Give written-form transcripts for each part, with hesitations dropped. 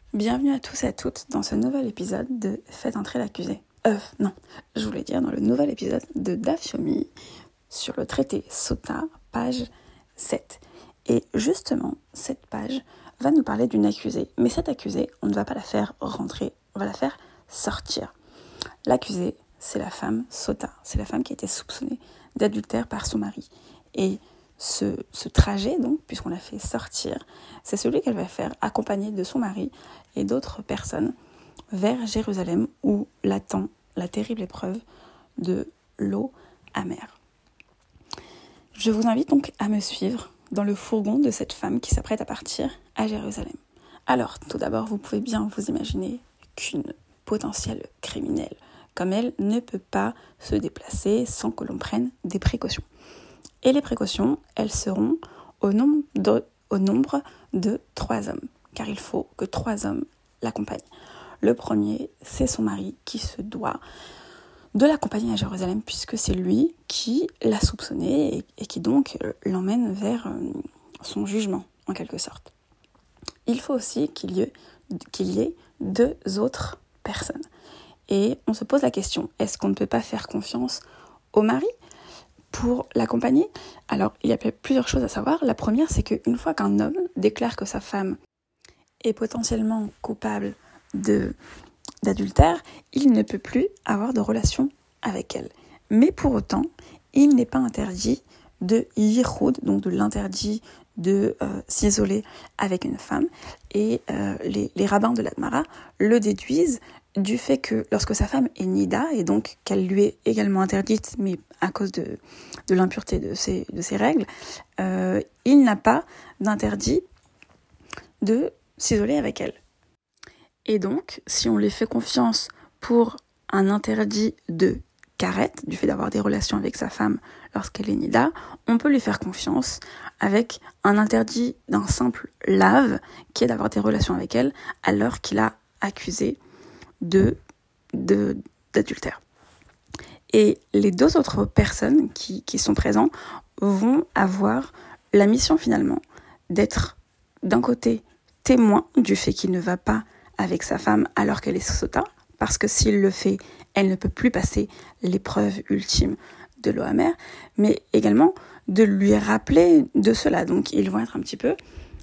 Bienvenue à tous et à toutes dans ce nouvel épisode de Faites entrer l'accusé. Dans le nouvel épisode de Daf Yomi sur le traité Sota, page 7. Et justement, cette page va nous parler d'une accusée. Mais cette accusée, on ne va pas la faire rentrer, on va la faire sortir. L'accusée, c'est la femme Sota, c'est la femme qui a été soupçonnée d'adultère par son mari. Et ce trajet, donc, puisqu'on l'a fait sortir, c'est celui qu'elle va faire accompagnée de son mari et d'autres personnes vers Jérusalem où l'attend la terrible épreuve de l'eau amère. Je vous invite donc à me suivre dans le fourgon de cette femme qui s'apprête à partir à Jérusalem. Alors, tout d'abord, vous pouvez bien vous imaginer qu'une potentielle criminelle comme elle ne peut pas se déplacer sans que l'on prenne des précautions. Et les précautions, elles seront au nombre de 3 hommes, car il faut que 3 hommes l'accompagnent. Le premier, c'est son mari qui se doit de l'accompagner à Jérusalem, puisque c'est lui qui l'a soupçonné et qui donc l'emmène vers son jugement, en quelque sorte. Il faut aussi qu'il y ait 2 autres personnes. Et on se pose la question, est-ce qu'on ne peut pas faire confiance au mari pour l'accompagner? Alors, il y a plusieurs choses à savoir. La première, c'est qu'une fois qu'un homme déclare que sa femme est potentiellement coupable d'adultère, il ne peut plus avoir de relation avec elle. Mais pour autant, il n'est pas interdit de yichoud, donc de l'interdit de s'isoler avec une femme. Et les rabbins de la Gemara le déduisent du fait que lorsque sa femme est nida, et donc qu'elle lui est également interdite, mais à cause de l'impureté de ses règles, il n'a pas d'interdit de s'isoler avec elle. Et donc, si on lui fait confiance pour un interdit de karet, du fait d'avoir des relations avec sa femme lorsqu'elle est nida, on peut lui faire confiance avec un interdit d'un simple lave, qui est d'avoir des relations avec elle, alors qu'il a accusé d'adultère. Et les 2 autres personnes qui sont présentes vont avoir la mission finalement d'être d'un côté témoin du fait qu'il ne va pas avec sa femme alors qu'elle est sota, parce que s'il le fait, elle ne peut plus passer l'épreuve ultime de l'eau amère, mais également de lui rappeler de cela. Donc ils vont être un petit peu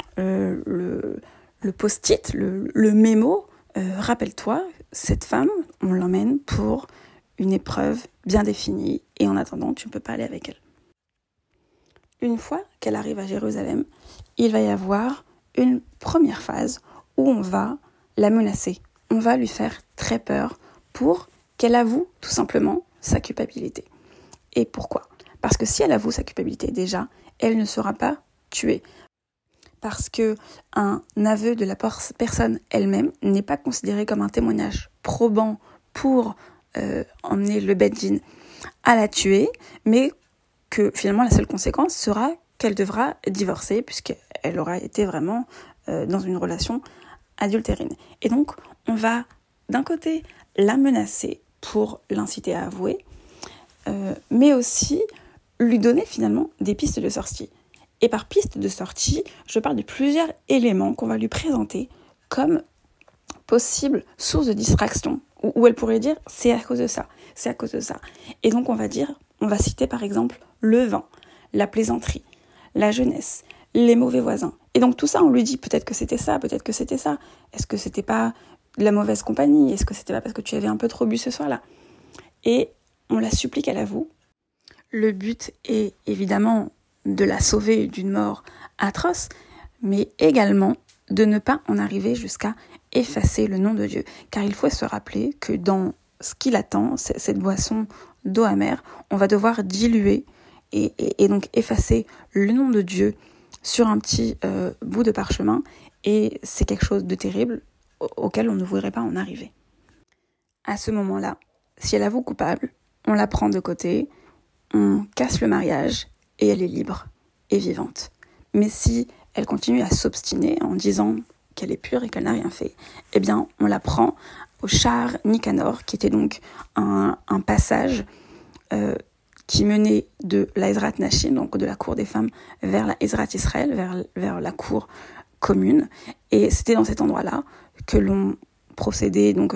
le post-it, le mémo. Rappelle-toi, cette femme, on l'emmène pour une épreuve bien définie et en attendant, tu ne peux pas aller avec elle. Une fois qu'elle arrive à Jérusalem, il va y avoir une première phase où on va la menacer. On va lui faire très peur pour qu'elle avoue tout simplement sa culpabilité. Et pourquoi ? Parce que si elle avoue sa culpabilité, déjà, elle ne sera pas tuée. Parce qu'un aveu de la personne elle-même n'est pas considéré comme un témoignage probant pour emmener le Beit Din à la tuer, mais que finalement la seule conséquence sera qu'elle devra divorcer puisqu'elle aura été vraiment dans une relation adultérine. Et donc on va d'un côté la menacer pour l'inciter à avouer, mais aussi lui donner finalement des pistes de sortie. Et par piste de sortie, je parle de plusieurs éléments qu'on va lui présenter comme possible source de distraction, où elle pourrait dire « c'est à cause de ça, c'est à cause de ça ». Et donc on va citer par exemple le vin, la plaisanterie, la jeunesse, les mauvais voisins. Et donc tout ça, on lui dit peut-être que c'était ça, peut-être que c'était ça. Est-ce que c'était pas de la mauvaise compagnie ? Est-ce que c'était pas parce que tu avais un peu trop bu ce soir-là ? Et on la supplie qu'elle avoue. Le but est évidemment de la sauver d'une mort atroce, mais également de ne pas en arriver jusqu'à effacer le nom de Dieu. Car il faut se rappeler que dans ce qui l'attend, cette boisson d'eau amère, on va devoir diluer et donc effacer le nom de Dieu sur un petit bout de parchemin, et c'est quelque chose de terrible auquel on ne voudrait pas en arriver. À ce moment-là, si elle avoue coupable, on la prend de côté, on casse le mariage, et elle est libre et vivante. Mais si elle continue à s'obstiner en disant qu'elle est pure et qu'elle n'a rien fait, eh bien, on la prend au Sha'ar Nicanor, qui était donc un passage qui menait de la Ezrat Nashim, donc de la cour des femmes, vers la Ezrat Israël, vers la cour commune. Et c'était dans cet endroit-là que l'on procédait donc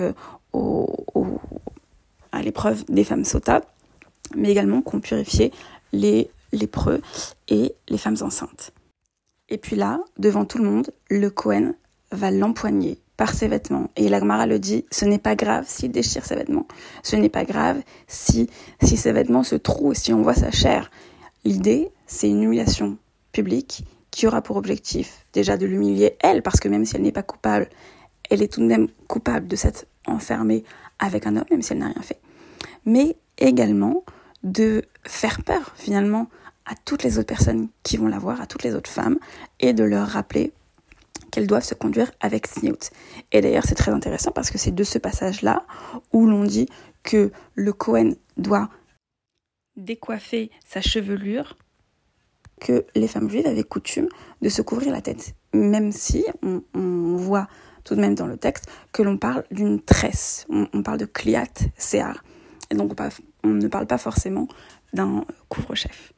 à l'épreuve des femmes sota, mais également qu'on purifiait les lépreux et les femmes enceintes. Et puis là, devant tout le monde, le Kohen va l'empoigner par ses vêtements. Et la Gemara le dit, ce n'est pas grave s'il déchire ses vêtements. Ce n'est pas grave si ses vêtements se trouent, si on voit sa chair. L'idée, c'est une humiliation publique qui aura pour objectif déjà de l'humilier elle, parce que même si elle n'est pas coupable, elle est tout de même coupable de s'être enfermée avec un homme, même si elle n'a rien fait. Mais également de faire peur finalement à toutes les autres personnes qui vont la voir, à toutes les autres femmes, et de leur rappeler qu'elles doivent se conduire avec sniout. Et d'ailleurs, c'est très intéressant parce que c'est de ce passage-là où l'on dit que le Kohen doit décoiffer sa chevelure, que les femmes juives avaient coutume de se couvrir la tête, même si on voit tout de même dans le texte que l'on parle d'une tresse, on parle de kliat sear, et donc on ne parle pas forcément d'un couvre-chef.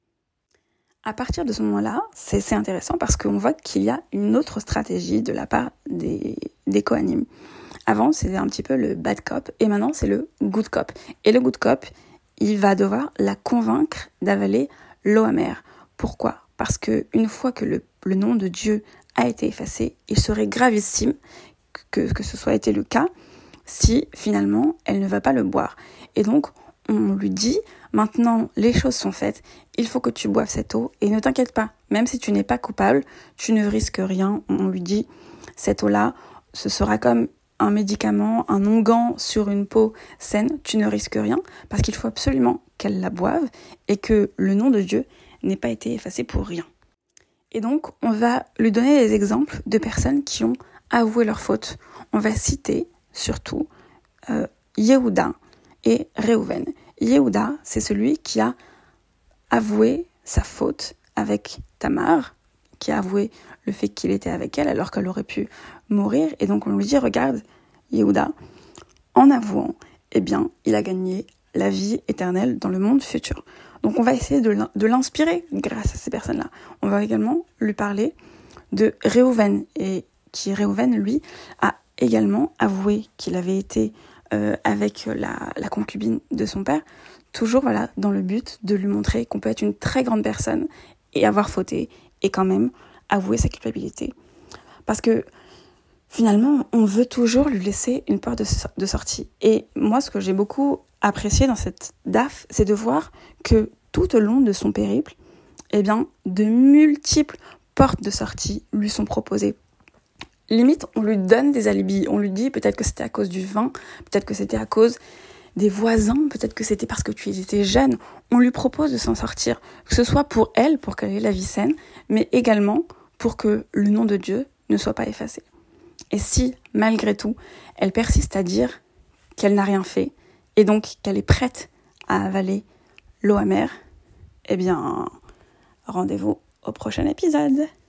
À partir de ce moment-là, c'est intéressant parce qu'on voit qu'il y a une autre stratégie de la part des Kohanim. Avant, c'était un petit peu le bad cop, et maintenant, c'est le good cop. Et le good cop, il va devoir la convaincre d'avaler l'eau amère. Pourquoi ? Parce qu'une fois que le nom de Dieu a été effacé, il serait gravissime que ce soit été le cas si, finalement, elle ne va pas le boire. Et donc, on lui dit, maintenant, les choses sont faites, il faut que tu boives cette eau, et ne t'inquiète pas, même si tu n'es pas coupable, tu ne risques rien. On lui dit, cette eau-là, ce sera comme un médicament, un onguent sur une peau saine, tu ne risques rien, parce qu'il faut absolument qu'elle la boive, et que le nom de Dieu n'ait pas été effacé pour rien. Et donc, on va lui donner des exemples de personnes qui ont avoué leur faute. On va citer, surtout, Yehuda et Réhouven. Yehuda, c'est celui qui a avoué sa faute avec Tamar, qui a avoué le fait qu'il était avec elle alors qu'elle aurait pu mourir. Et donc on lui dit, regarde, Yehuda, en avouant, eh bien, il a gagné la vie éternelle dans le monde futur. Donc on va essayer de l'inspirer grâce à ces personnes-là. On va également lui parler de Réhouven, et qui Réhouven, lui, a également avoué qu'il avait été avec la concubine de son père, toujours voilà, dans le but de lui montrer qu'on peut être une très grande personne et avoir fauté, et quand même avouer sa culpabilité. Parce que finalement, on veut toujours lui laisser une porte de sortie. Et moi, ce que j'ai beaucoup apprécié dans cette DAF, c'est de voir que tout au long de son périple, eh bien, de multiples portes de sortie lui sont proposées. Limite, on lui donne des alibis. On lui dit peut-être que c'était à cause du vin, peut-être que c'était à cause des voisins, peut-être que c'était parce que tu étais jeune. On lui propose de s'en sortir, que ce soit pour elle, pour qu'elle ait la vie saine, mais également pour que le nom de Dieu ne soit pas effacé. Et si, malgré tout, elle persiste à dire qu'elle n'a rien fait, et donc qu'elle est prête à avaler l'eau amère, eh bien, rendez-vous au prochain épisode.